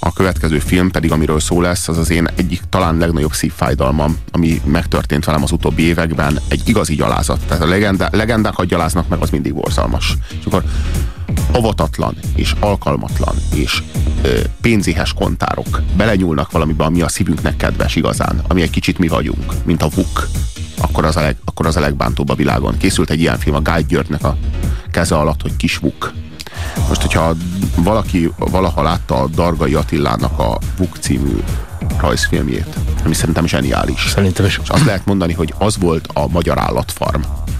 A következő film pedig, amiről szó lesz, az az én egyik talán legnagyobb szívfájdalmam, ami megtörtént velem az utóbbi években, egy igazi gyalázat. Tehát a legendákat gyaláznak meg, az mindig borzalmas. És akkor avatatlan, és alkalmatlan, és pénzéhes kontárok belenyúlnak valamibe, ami a szívünknek kedves igazán, ami egy kicsit mi vagyunk, mint a Vuk. Akkor az a legbántóbb a világon. Készült egy ilyen film a Guy Györgynek a keze alatt, hogy Kis Vuk. Most, hogyha valaki valaha látta a Dargai Attilának a Vuk című rajzfilmjét, ami szerintem zseniális. Szerintem is. És azt lehet mondani, hogy az volt a Magyar Állatfarm.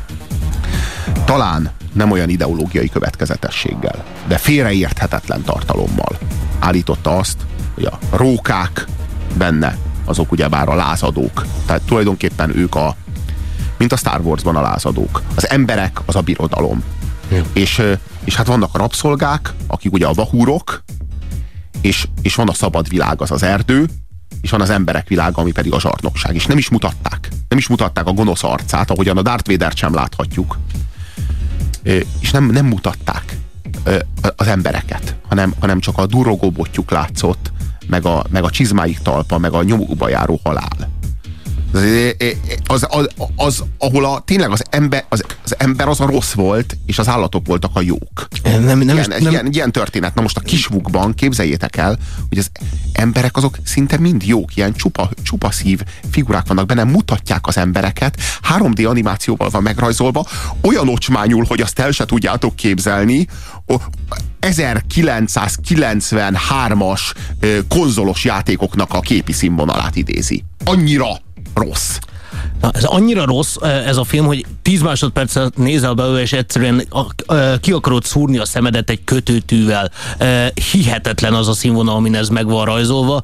Talán nem olyan ideológiai következetességgel, de félreérthetetlen tartalommal állította azt, hogy a rókák benne, azok ugyebár a lázadók. Tehát tulajdonképpen ők mint a Star Warsban a lázadók. Az emberek az a birodalom. Ja. És hát vannak a rabszolgák, akik ugye a vahúrok, és van a szabad világ, az az erdő, és van az emberek világa, ami pedig a zsarnokság. És nem is mutatták a gonosz arcát, ahogyan a Darth Vadert sem láthatjuk. És nem mutatták az embereket, hanem csak a durrogó botjuk látszott, meg a csizmáik talpa, meg a nyomukba járó halál. Ahol tényleg az ember az a rossz volt, és az állatok voltak a jók. Ilyen történet. Na most a Kis Vukban képzeljétek el, hogy az emberek azok szinte mind jók, ilyen csupa szív figurák vannak benne, mutatják az embereket, 3D animációval van megrajzolva, olyan ocsmányul, hogy azt el se tudjátok képzelni, 1993-as konzolos játékoknak a képi színvonalát idézi. Annyira rossz. Na, ez annyira rossz ez a film, hogy 10 másodpercet nézel belőle, és egyszerűen ki akarod szúrni a szemedet egy kötőtűvel. Hihetetlen az a színvonal, amin ez meg van rajzolva.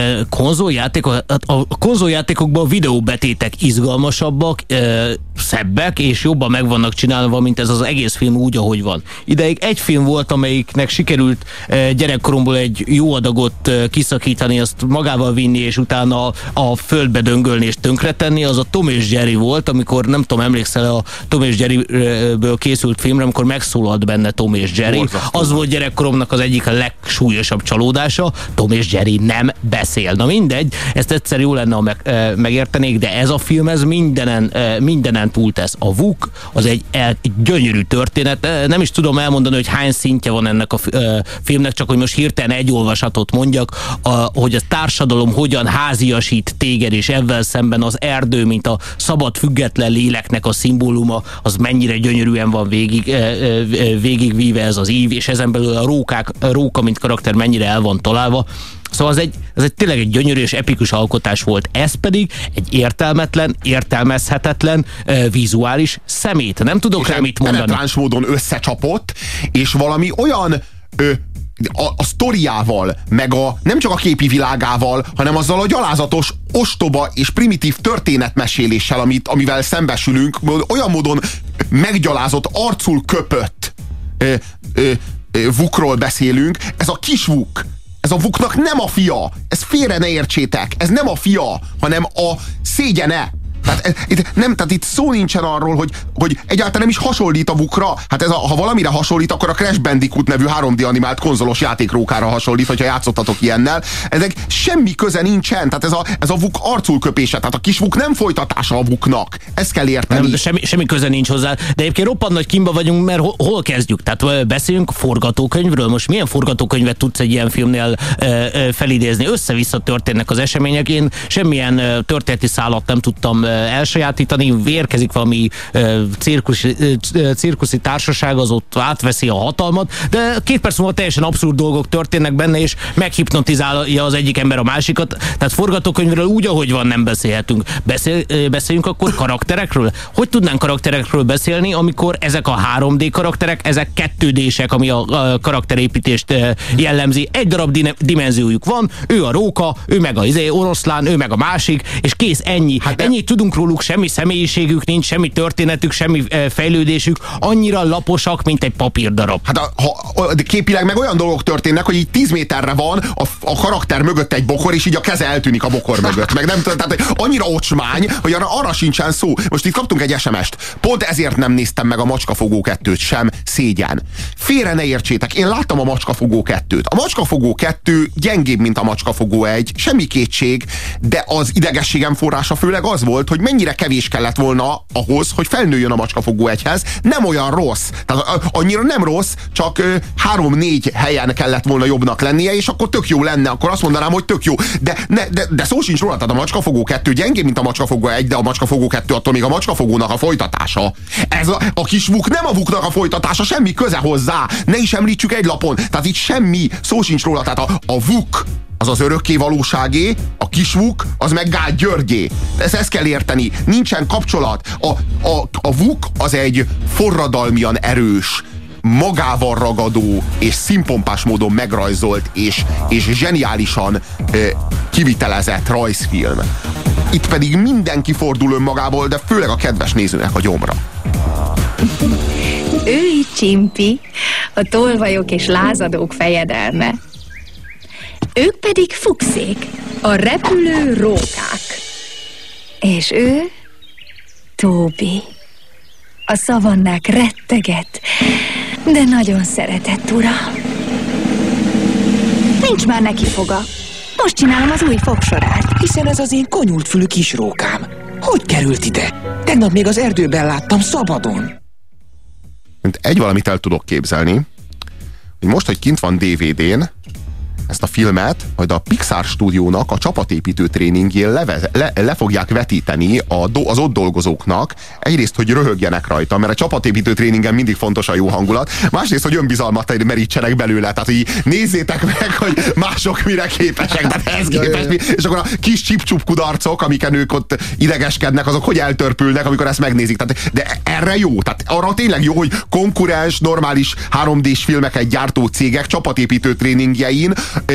A konzoljátékokban a videóbetétek izgalmasabbak, szebbek, és jobban meg vannak csinálva, mint ez az egész film úgy, ahogy van. Ideig egy film volt, amelyiknek sikerült gyerekkoromból egy jó adagot kiszakítani, azt magával vinni, és utána a földbe döngölni és tönkretenni, az a Tom és Jerry volt, amikor nem tudom, emlékszel a Tom és Jerryből készült filmre, amikor megszólalt benne Tom és Jerry. Az volt gyerekkoromnak az egyik a legsúlyosabb csalódása. Tom és Jerry nem beszél. Na mindegy, ezt egyszer jó lenne, ha megértenék, de ez a film, ez mindenen túltesz. A Vuk az egy gyönyörű történet. Nem is tudom elmondani, hogy hány szintje van ennek a filmnek, csak hogy most hirtelen egy olvasatot mondjak, hogy a társadalom hogyan háziasít téged, és ezzel szemben az erdő, mint a szabad, független léleknek a szimbóluma, az mennyire gyönyörűen van végigvíve ez az ív, és ezen belül a róka, mint karakter mennyire el van találva. Szóval ez egy tényleg egy gyönyörű és epikus alkotás volt. Ez pedig egy értelmetlen, értelmezhetetlen vizuális szemét. Nem tudok rá mit mondani. Penetráns módon összecsapott, és valami olyan a sztoriával, meg nem csak a képi világával, hanem azzal a gyalázatos, ostoba és primitív történetmeséléssel, amivel szembesülünk, olyan módon meggyalázott, arcul köpött Vukról beszélünk. Ez a Kis Vuk. Ez a Vuknak nem a fia. Ez félre ne értsétek. Ez nem a fia, hanem a szégyene. Tehát itt szó nincsen arról, hogy egyáltalán nem is hasonlít a Vukra. Hát ha valamire hasonlít, akkor a Crash Bandicoot nevű 3D animált konzolos játékrókára hasonlít, hogyha játszottatok ilyennel. Ezek semmi köze nincsen. Tehát ez a Vuk arculköpése. Tehát a Kis Vuk nem folytatása a Vuknak. Ezt kell érteni. Nem, semmi köze nincs hozzá. De egyébként roppant nagy kimba vagyunk, mert hol kezdjük? Tehát beszéljünk forgatókönyvről. Most milyen forgatókönyvet tudsz egy ilyen filmnél felidézni? Össze-vissza történnek az események. Én semmilyen történeti szálat nem tudtam elsajátítani, érkezik valami cirkuszi társaság, az ott átveszi a hatalmat, de 2 perc múlva teljesen abszurd dolgok történnek benne, és meghipnotizálja az egyik ember a másikat. Tehát forgatókönyvről úgy, ahogy van, nem beszélhetünk. Beszéljünk akkor karakterekről? Hogy tudnánk karakterekről beszélni, amikor ezek a 3D karakterek, ezek 2D-sek, ami a karakterépítést jellemzi. Egy darab dimenziójuk van, ő a róka, ő meg a oroszlán, ő meg a másik, és kész, ennyi. Ennyit tudunk tudunk róluk, semmi személyiségük nincs, semmi történetük, semmi fejlődésük, annyira laposak, mint egy papírdarab. Hát de képileg meg olyan dolgok történnek, hogy így 10 méterre van a karakter mögött egy bokor, és így a keze eltűnik a bokor mögött. Meg nem tudom, tehát annyira ocsmány, hogy arra sincsen szó. Most itt kaptunk egy SMS-t. Pont ezért nem néztem meg a Macskafogó 2-t sem. Szégyen. Félre ne értsétek, én láttam a Macskafogó 2-t. A Macskafogó 2 gyengébb, mint a Macskafogó 1, semmi kétség, de az idegességem forrása főleg az volt, hogy mennyire kevés kellett volna ahhoz, hogy felnőjön a Macskafogó 1-hez. Nem olyan rossz. Tehát annyira nem rossz, csak 3-4 helyen kellett volna jobbnak lennie, és akkor tök jó lenne, akkor azt mondanám, hogy tök jó. De szó sincs róla, tehát a Macskafogó 2 gyengébb, mint a Macskafogó 1, de a Macskafogó 2 attól még a Macskafogónak a folytatása. Ez a kis Vuk nem a Vuknak a folytatása, semmi köze hozzá. Ne is említsük egy lapon. Tehát itt semmi, szó sincs róla. Tehát a Vuk az az örökké valóságé, a kis Vuk az meg Gál Györgyé. Ezt kell érteni. Nincsen kapcsolat. A Vuk az egy forradalmian erős, magával ragadó és színpompás módon megrajzolt és zseniálisan kivitelezett rajzfilm. Itt pedig mindenki fordul önmagából, de főleg a kedves nézőnek a gyomra. Ő így Csimpi, a tolvajok és lázadók fejedelme. Ők pedig Fukszék, a repülő rókák. És ő Tóbi, a szavannák retteget, de nagyon szeretett ura. Nincs már neki foga. Most csinálom az új fogsorát. Hiszen ez az én konyultfülű kis rókám. Hogy került ide? Tegnap még az erdőben láttam szabadon. Egy valamit el tudok képzelni, hogy most, hogy kint van DVD-n, ezt a filmet majd a Pixar stúdiónak a csapatépítő tréningjén le fogják vetíteni az ott dolgozóknak. Egyrészt, hogy röhögjenek rajta, mert a csapatépítő tréningen mindig fontos a jó hangulat. Másrészt, hogy önbizalmat merítsenek belőle. Tehát, hogy nézzétek meg, hogy mások mire képesek. Tehát ehhez képest és akkor a kis csip-csup kudarcok, amiken ők ott idegeskednek, azok hogy eltörpülnek, amikor ezt megnézik. Tehát, de erre jó. Tehát arra tényleg jó, hogy konkurens, normális 3D-s filmeket gyártó cégek csapatépítő tréningjein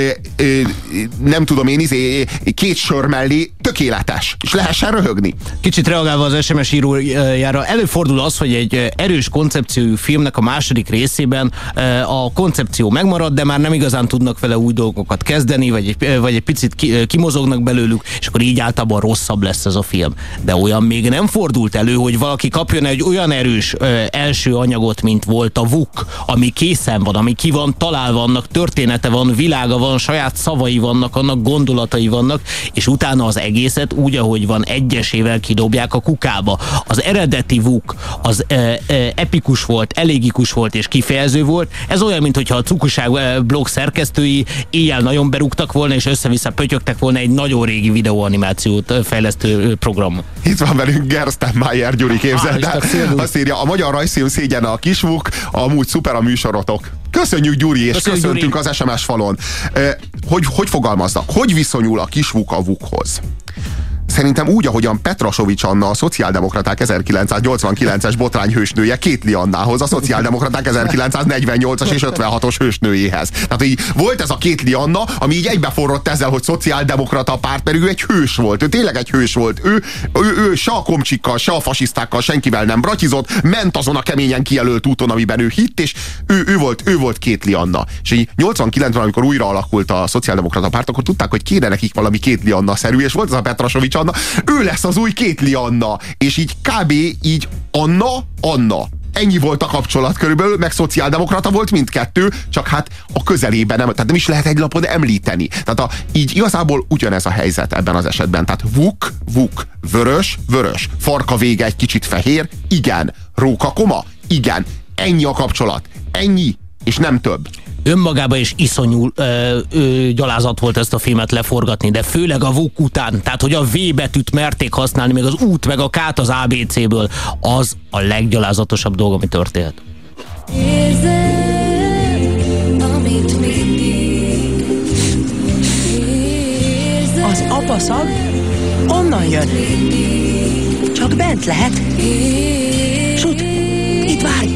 nem tudom én, két sör mellé tökéletes, és lehessen röhögni. Kicsit reagálva az SMS írójára, előfordul az, hogy egy erős koncepciójú filmnek a második részében a koncepció megmarad, de már nem igazán tudnak vele új dolgokat kezdeni, vagy egy picit kimozognak belőlük, és akkor így általában rosszabb lesz ez a film. De olyan még nem fordult elő, hogy valaki kapjon egy olyan erős első anyagot, mint volt a Vuk, ami készen van, ami ki van találva, annak története van, világa van, saját szavai vannak, annak gondolatai vannak, és utána az egészet úgy, ahogy van, egyesével kidobják a kukába. Az eredeti Vuk az epikus volt, elégikus volt és kifejező volt. Ez olyan, mintha a Cukuság blog szerkesztői éjjel nagyon berúgtak volna, és össze-vissza pötyögtek volna egy nagyon régi videóanimációt fejlesztő program. Itt van velünk Gerstenmaier Gyuri, képzeld el. Azt írja, a magyar rajzfilm szégyene a kis Vuk, amúgy szuper a műsorotok. Köszönjük, Gyuri, és köszöntünk Gyuri. Az SMS falon. Hogy fogalmaznak? Hogy viszonyul a kis Vuk a Vukhoz? Szerintem úgy, ahogyan Petrasovics Anna, a szociáldemokraták 1989-es botrányhősnője Kétli Annához, a szociáldemokraták 1948-as és 56-os hősnőjéhez. Tehát így volt ez a Kétli Anna, ami így egybeforrott ezzel, hogy szociáldemokrata párt, mert ő egy hős volt, ő tényleg egy hős volt. Ő se a komcsikkal, se a fasisztákkal senkivel nem bratizott, ment azon a keményen kijelölt úton, amiben ő hitt, és ő volt Kétli Anna. És így 89-ben, amikor újra alakult a szociáldemokrata párt, akkor tudták, hogy kéne nekik valami Kétli Anna-szerű, és volt ez a Petrasovics Anna, ő lesz az új Kétli Anna, és így kb. Így Anna. Ennyi volt a kapcsolat körülbelül, meg szociáldemokrata volt mindkettő, csak hát a közelében nem, tehát nem is lehet egy lapon említeni. Tehát így igazából ugyanez a helyzet ebben az esetben. Tehát Vuk, vörös, farka vége egy kicsit fehér, igen, rókakoma, igen, ennyi a kapcsolat, ennyi, és nem több. Önmagában is iszonyú gyalázat volt ezt a filmet leforgatni, de főleg a Vuk után, tehát hogy a V betűt merték használni, még az út, meg a K-t az ABC-ből, az a leggyalázatosabb dolog, ami történt. Az apaszag onnan jön. Csak bent lehet. Sut, itt várj!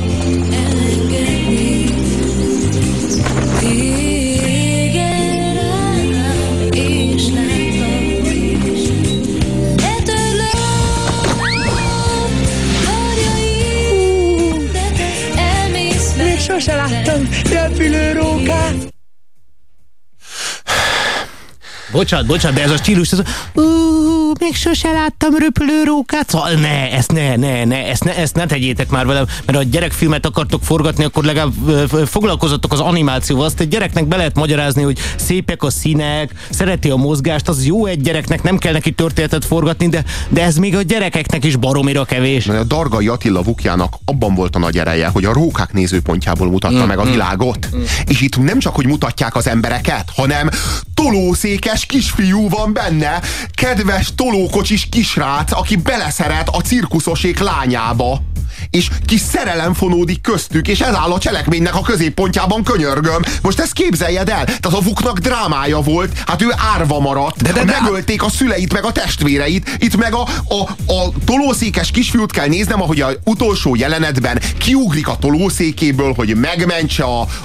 röpülőrókát. Bocsánat, de ez a stílus, még sose láttam röpülőrókát. Szóval ezt ne tegyétek már velem, mert ha gyerekfilmet akartok forgatni, akkor legalább foglalkozzatok az animációval. Azt egy gyereknek be lehet magyarázni, hogy szépek a színek, szereti a mozgást, az jó egy gyereknek, nem kell neki történetet forgatni, de ez még a gyerekeknek is baromira kevés. A Dargai Attila Vukjának abban volt a nagy ereje, hogy a rókák nézőpontjából mutatta meg a világot. És itt nem csak, hogy mutatják az embereket, hanem tolószékes kisfiú van benne, kedves tolókocsis kisrác, aki beleszeret a cirkuszosék lányába. És kis szerelem fonódik köztük, és ez áll a cselekménynek a középpontjában, könyörgöm. Most ezt képzeljed el. Tehát a Vuknak drámája volt, hát ő árva maradt. De megölték a szüleit, meg a testvéreit. Itt meg a tolószékes kisfiút kell néznem, ahogy az utolsó jelenetben kiugrik a tolószékéből, hogy megmentse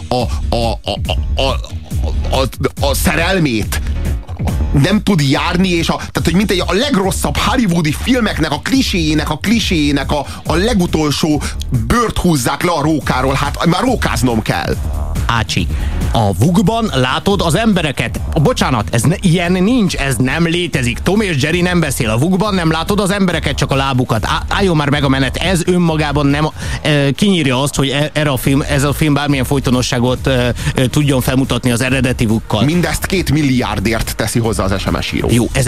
a szerelmét. Nem tud járni, és tehát, hogy mint a legrosszabb hollywoodi filmeknek a kliséjének a legutolsó bőrt húzzák le a rókáról. Hát már rókáznom kell. Ácsi, a Vukban látod az embereket. Bocsánat, ilyen nincs, ez nem létezik. Tom és Jerry nem beszél. A Vukban nem látod az embereket, csak a lábukat. Álljon már meg a menet. Ez önmagában nem kinyírja azt, hogy ez a film bármilyen folytonosságot tudjon felmutatni az eredeti Vukkal. Mindezt 2 milliárdért teszi hozzá az SMS író. Jó, ez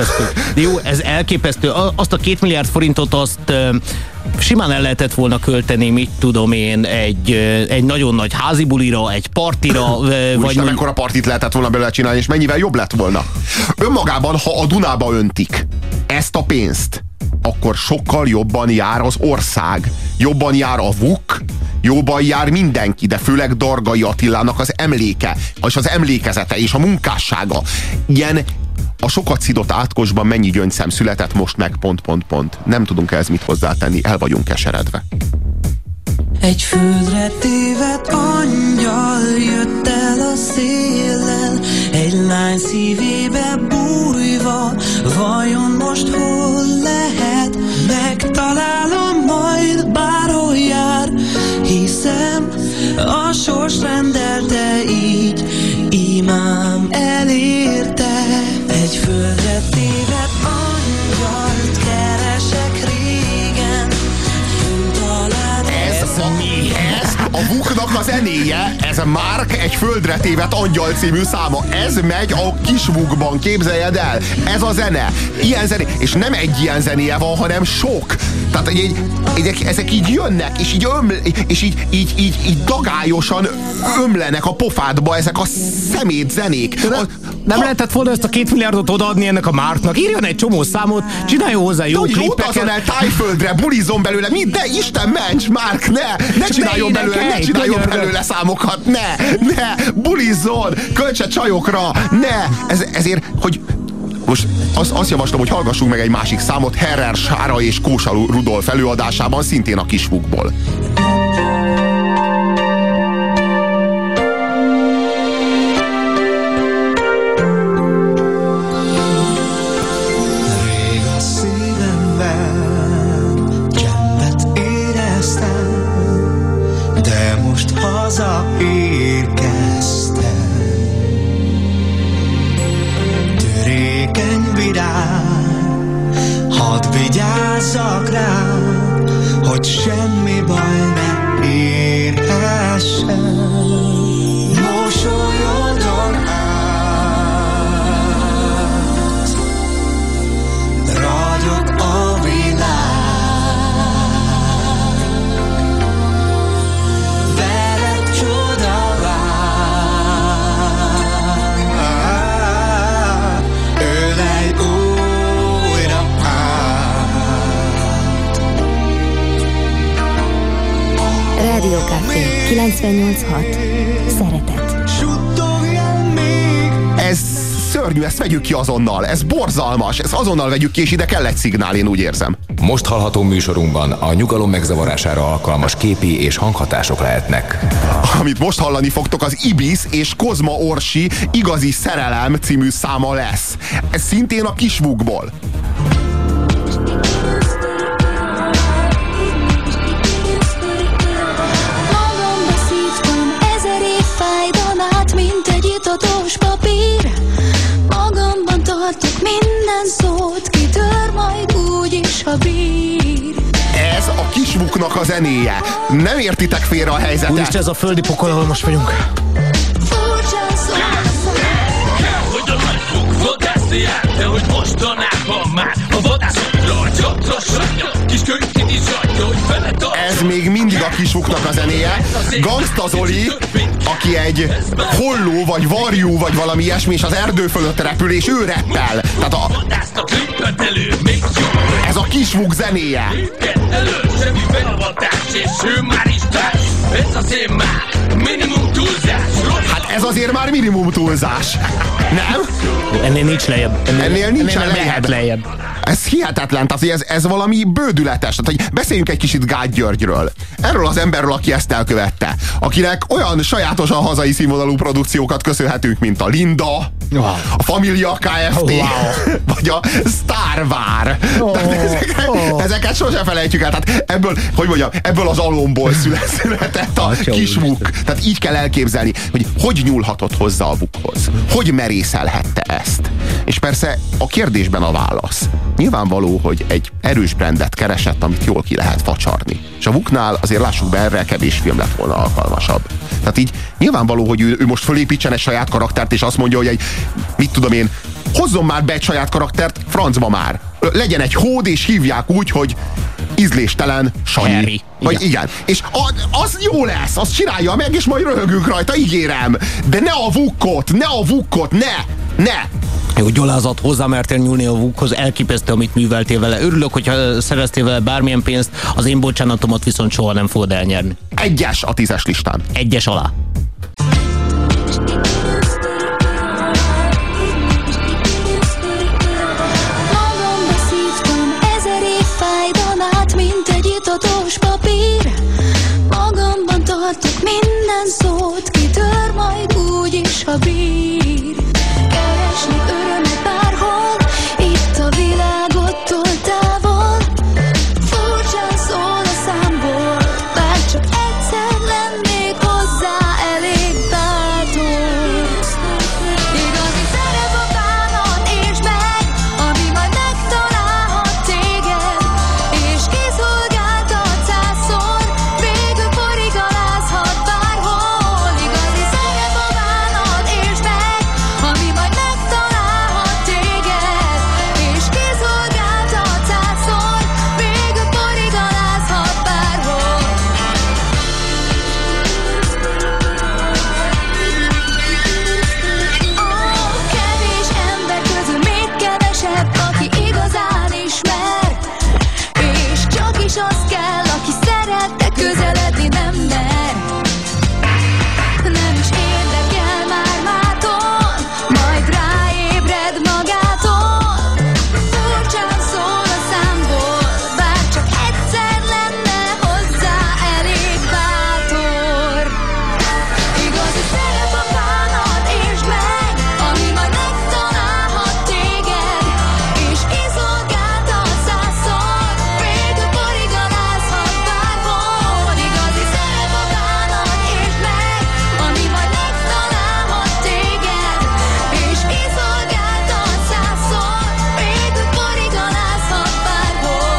elképesztő. Azt a 2 milliárd forintot azt simán el lehetett volna költeni, mit tudom én, egy nagyon nagy házi bulira, egy partira. Vagy mekkora partit lehetett volna belőle csinálni, és mennyivel jobb lett volna. Önmagában, ha a Dunába öntik ezt a pénzt, akkor sokkal jobban jár az ország. Jobban jár a Vuk, jobban jár mindenki, de főleg Dargai Attilának az emléke, és az emlékezete, és a munkássága. Ilyen a sokat szidott Átkosban mennyi gyöngyszem született most meg ... Nem tudunk ehhez mit hozzátenni, el vagyunk keseredve. Egy földre tévedt angyal jött el a széllel, egy lány szívébe bújva, vajon most hol lehet? Megtalálom majd bárhol jár, hiszem a sors rendelte így, imám elérte. Egy földre tévedt angyalt keresek régen, talán ez mi ez? A Vuknak a zenéje, ez Mark egy földre tévedt angyal című száma. Ez megy a kis Vukban, képzeljed el. Ez a zene. Ilyen zené. És nem egy ilyen zenéje van, hanem sok. Tehát ezek így jönnek, és így dagályosan ömlenek a pofádba ezek a szemét zenék. Nem lehetett volna ezt a 2 milliárdot odaadni ennek a Marknak? Írjon egy csomó számot, csináljon hozzá jó klippeket. Utazon el Tájföldre, bulizzon belőle, de Isten ments, Mark, ne csináljon belőle számokat, ne, bulizzon, költse csajokra, ne, ezért, hogy most azt javaslom, hogy hallgassunk meg egy másik számot Herrer Sára és Kósa Rudolf előadásában, szintén a Kis Vukból. Vigyázzak rá, hogy semmi baj ne érhessen. Mosolyodjon át, ragyog a világ, veled csoda vár, ölelj újra át. Rádió Café 98.6. Szeretet. Ez szörnyű, ezt vegyük ki azonnal. Ez borzalmas, ezt azonnal vegyük ki, és ide kell egy szignál, én úgy érzem. Most hallható műsorunkban a nyugalom megzavarására alkalmas képi és hanghatások lehetnek. Amit most hallani fogtok, az Ibis és Kozma Orsi Igazi Szerelem című száma lesz. Ez szintén a Kis Vukból. Magamba szívtam 1000 év kisfúknak a zenéje. Nem értitek félre a helyzetet. Úristen, ez a földi pokol, ahol most vagyunk. Hogy a nagy fuk vadászni át, de hogy mostanában már a vadászokra csatlasodja, kis kölyként is adja, hogy felett a... Ez még mindig a kisfúknak a zenéje. Gangsta Zoli, aki egy holló, vagy varjú, vagy valami ilyesmi, és az erdő fölött repül, és ő reppel. Tehát Vadásznak lippet elő, még jobb. ez a kisfúk zenéje. Őket elő, semmi beavatás, és ő már is társ. Ez azért már minimum túlzás. Hát ez azért már minimum túlzás. Nem? Ennél nincs lejjebb. Ennél nincsen nem lehet lejjebb. Ez hihetetlen, tehát ez valami bődületes. Tehát, hogy beszéljünk egy kicsit Gágy Györgyről. Erről az emberről, aki ezt elkövette. Akinek olyan sajátosan hazai színvonalú produkciókat köszönhetünk, mint a Linda, a Família Kft. Vagy a Sztárvár. Ezeket sosem felejtjük el. Tehát ebből az alomból született a kisvuk. Tehát így kell elképzelni, hogy nyúlhatott hozzá a vukhoz. Hogy merészelhette ezt. És persze a kérdésben a válasz. Nyilvánvaló, hogy egy erős brandet keresett, amit jól ki lehet facsarni. És a vuknál azért lássuk be, erre kevés film lett volna alkalmasabb. Tehát így nyilvánvaló, hogy ő most fölépítsen egy saját karaktert, és azt mondja, hogy mit tudom én, hozzon már be egy saját karaktert, francba már. Legyen egy hód, és hívják úgy, hogy ízléstelen Sanyi. Harry. Vagy igen. És az jó lesz, azt csinálja meg, és majd röhögünk rajta, ígérem. De ne a vukkot, ne! Jó, gyalázat, hozzá mertél nyúlni a vukhoz, elképesztő, amit műveltél vele. Örülök, hogyha szereztél vele bármilyen pénzt, az én bocsánatomat viszont soha nem fogod elnyerni. 1-es a 10-es listán. 1-es alá. Magamba szívtam 1000 év fájdalmát, mint egy itatós papír. Magamban tartok minden szót, kitör majd úgy is, ha bír. Keresni örömet bárhol, itt a világottól távol. Furcsán szól a számból, bár csak egyszer lennék hozzá elég bátor. Igazi szerep a bánat, és meg, ami majd megtalálhat téged, és kiszolgáltat 100-szor, végül porig alázhat bárhol. Igazi szerep a bánat, és meg, ami majd megtalálhat téged, és kiszolgáltat 100-szor, végül porig alázhat bárhol. A kevés ember közül még kevesebb, aki igazán ismer, és csak is az kell, aki szeret, de közeledni nem mer. Nem is érdekel már mától, majd ráébred magától. Furcsán szól a számból, bár csak egyszer lenne hozzá elég bátor. Igazi szerep a bánat, és meg, ami majd megtalálhat téged, és kiszolgáltat 100-szor, végül porig alázhat bárhol. Igazi szerep a bánat, és meg, ami majd megtalálhat téged, és kiszolgáltat 100-szor, végül porig alázhat bárhol.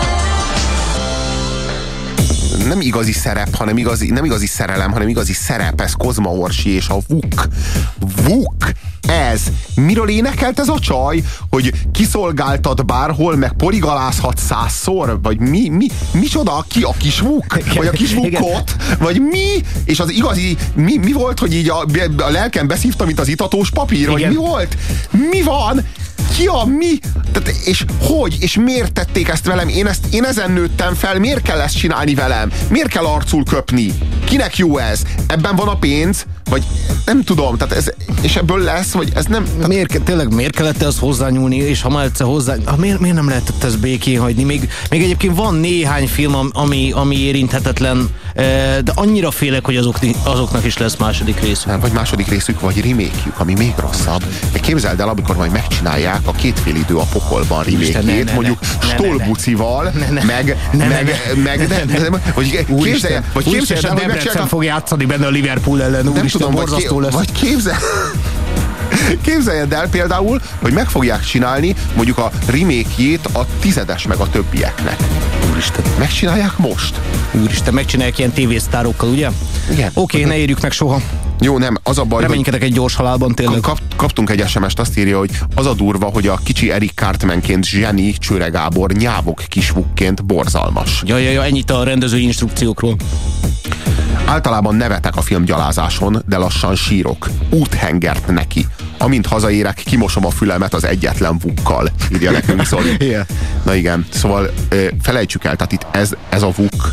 Nem igazi szerep, nem igazi szerelem, hanem igazi szerep, ez Kozma Orsi és a Vuk. Vuk! Ez. Miről énekelt ez a csaj? Hogy kiszolgáltat bárhol, meg porigalázhat 100-szor? Vagy micsoda? Ki a kis Vuk? Vagy a kis Vukot? Vagy mi? És az igazi, mi volt, hogy így a lelkem beszívta, mint az itatós papír? Vagy Igen. mi volt? Mi van? Ki a mi? Tehát, és hogy? És miért tették ezt velem? Én ezen nőttem fel, miért kell ezt csinálni velem? Miért kell arcul köpni? Kinek jó ez? Ebben van a pénz? Vagy nem tudom, tehát ez, és ebből lesz, vagy ez nem... Miért kellett ez hozzányúlni, és ha már egyszer miért nem lehetett ezt békén hagyni? Még egyébként van néhány film, ami érinthetetlen, de annyira félek, hogy azoknak is lesz második részük. Vagy második részük, vagy remake-jük, ami még rosszabb. De képzeld el, amikor majd megcsinálják a Két fél idő a pokolban remake-jét, mondjuk Stolbucival, vagy képzelj, Úristen, Debrecen fog játszani benne a Liverpool ellen, úristen, borzasztó lesz. Vagy képzeljed el például, hogy meg fogják csinálni mondjuk a remake-jét a 10-es meg a többieknek. Úristen. Megcsinálják most. Úristen, megcsinálják ilyen tévésztárokkal, ugye? Igen. Oké, ne érjük meg soha. Jó, nem, az a baj, Reménykedek egy gyors halálban tényleg. kaptunk egy SMS-t, azt írja, hogy az a durva, hogy a kicsi Eric Cartmanként zseni, Csőre Gábor nyávok kisvukként borzalmas. Ja, ennyit a rendező instrukciókról. Általában nevetek a filmgyalázáson, de lassan sírok. Úthengert neki. Amint hazaérek, kimosom a fülemet az egyetlen vukkal, írja nekünk Zoli. Yeah. Na igen, szóval felejtsük el, tehát itt ez a vuk,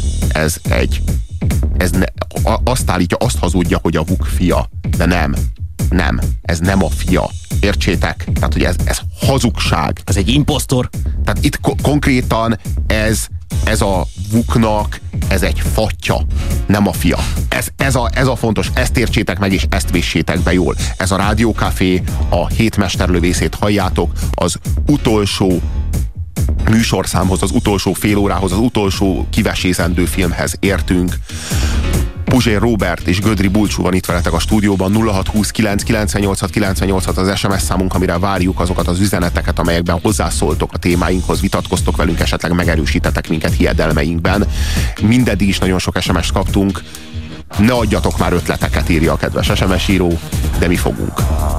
azt állítja, azt hazudja, hogy a vuk fia, de nem, ez nem a fia. Értsétek? Tehát, hogy ez hazugság. Ez egy imposztor. Tehát itt konkrétan ez a vuknak, ez egy fatya, nem a fia. Ez a fontos, ezt értsétek meg, és ezt véssétek be jól. Ez a Rádiókafé, a Hét mesterlövészét halljátok, az utolsó műsorszámhoz, az utolsó fél órához, az utolsó kivesézendő filmhez értünk. Puzsér Róbert és Gödri Bulcsú van itt veletek a stúdióban. 0629 986 986 az SMS számunk, amire várjuk azokat az üzeneteket, amelyekben hozzászóltok a témáinkhoz, vitatkoztok velünk, esetleg megerősítetek minket hiedelmeinkben. Mindeddig is nagyon sok SMS-t kaptunk. Ne adjatok már ötleteket, írja a kedves SMS író, de mi fogunk.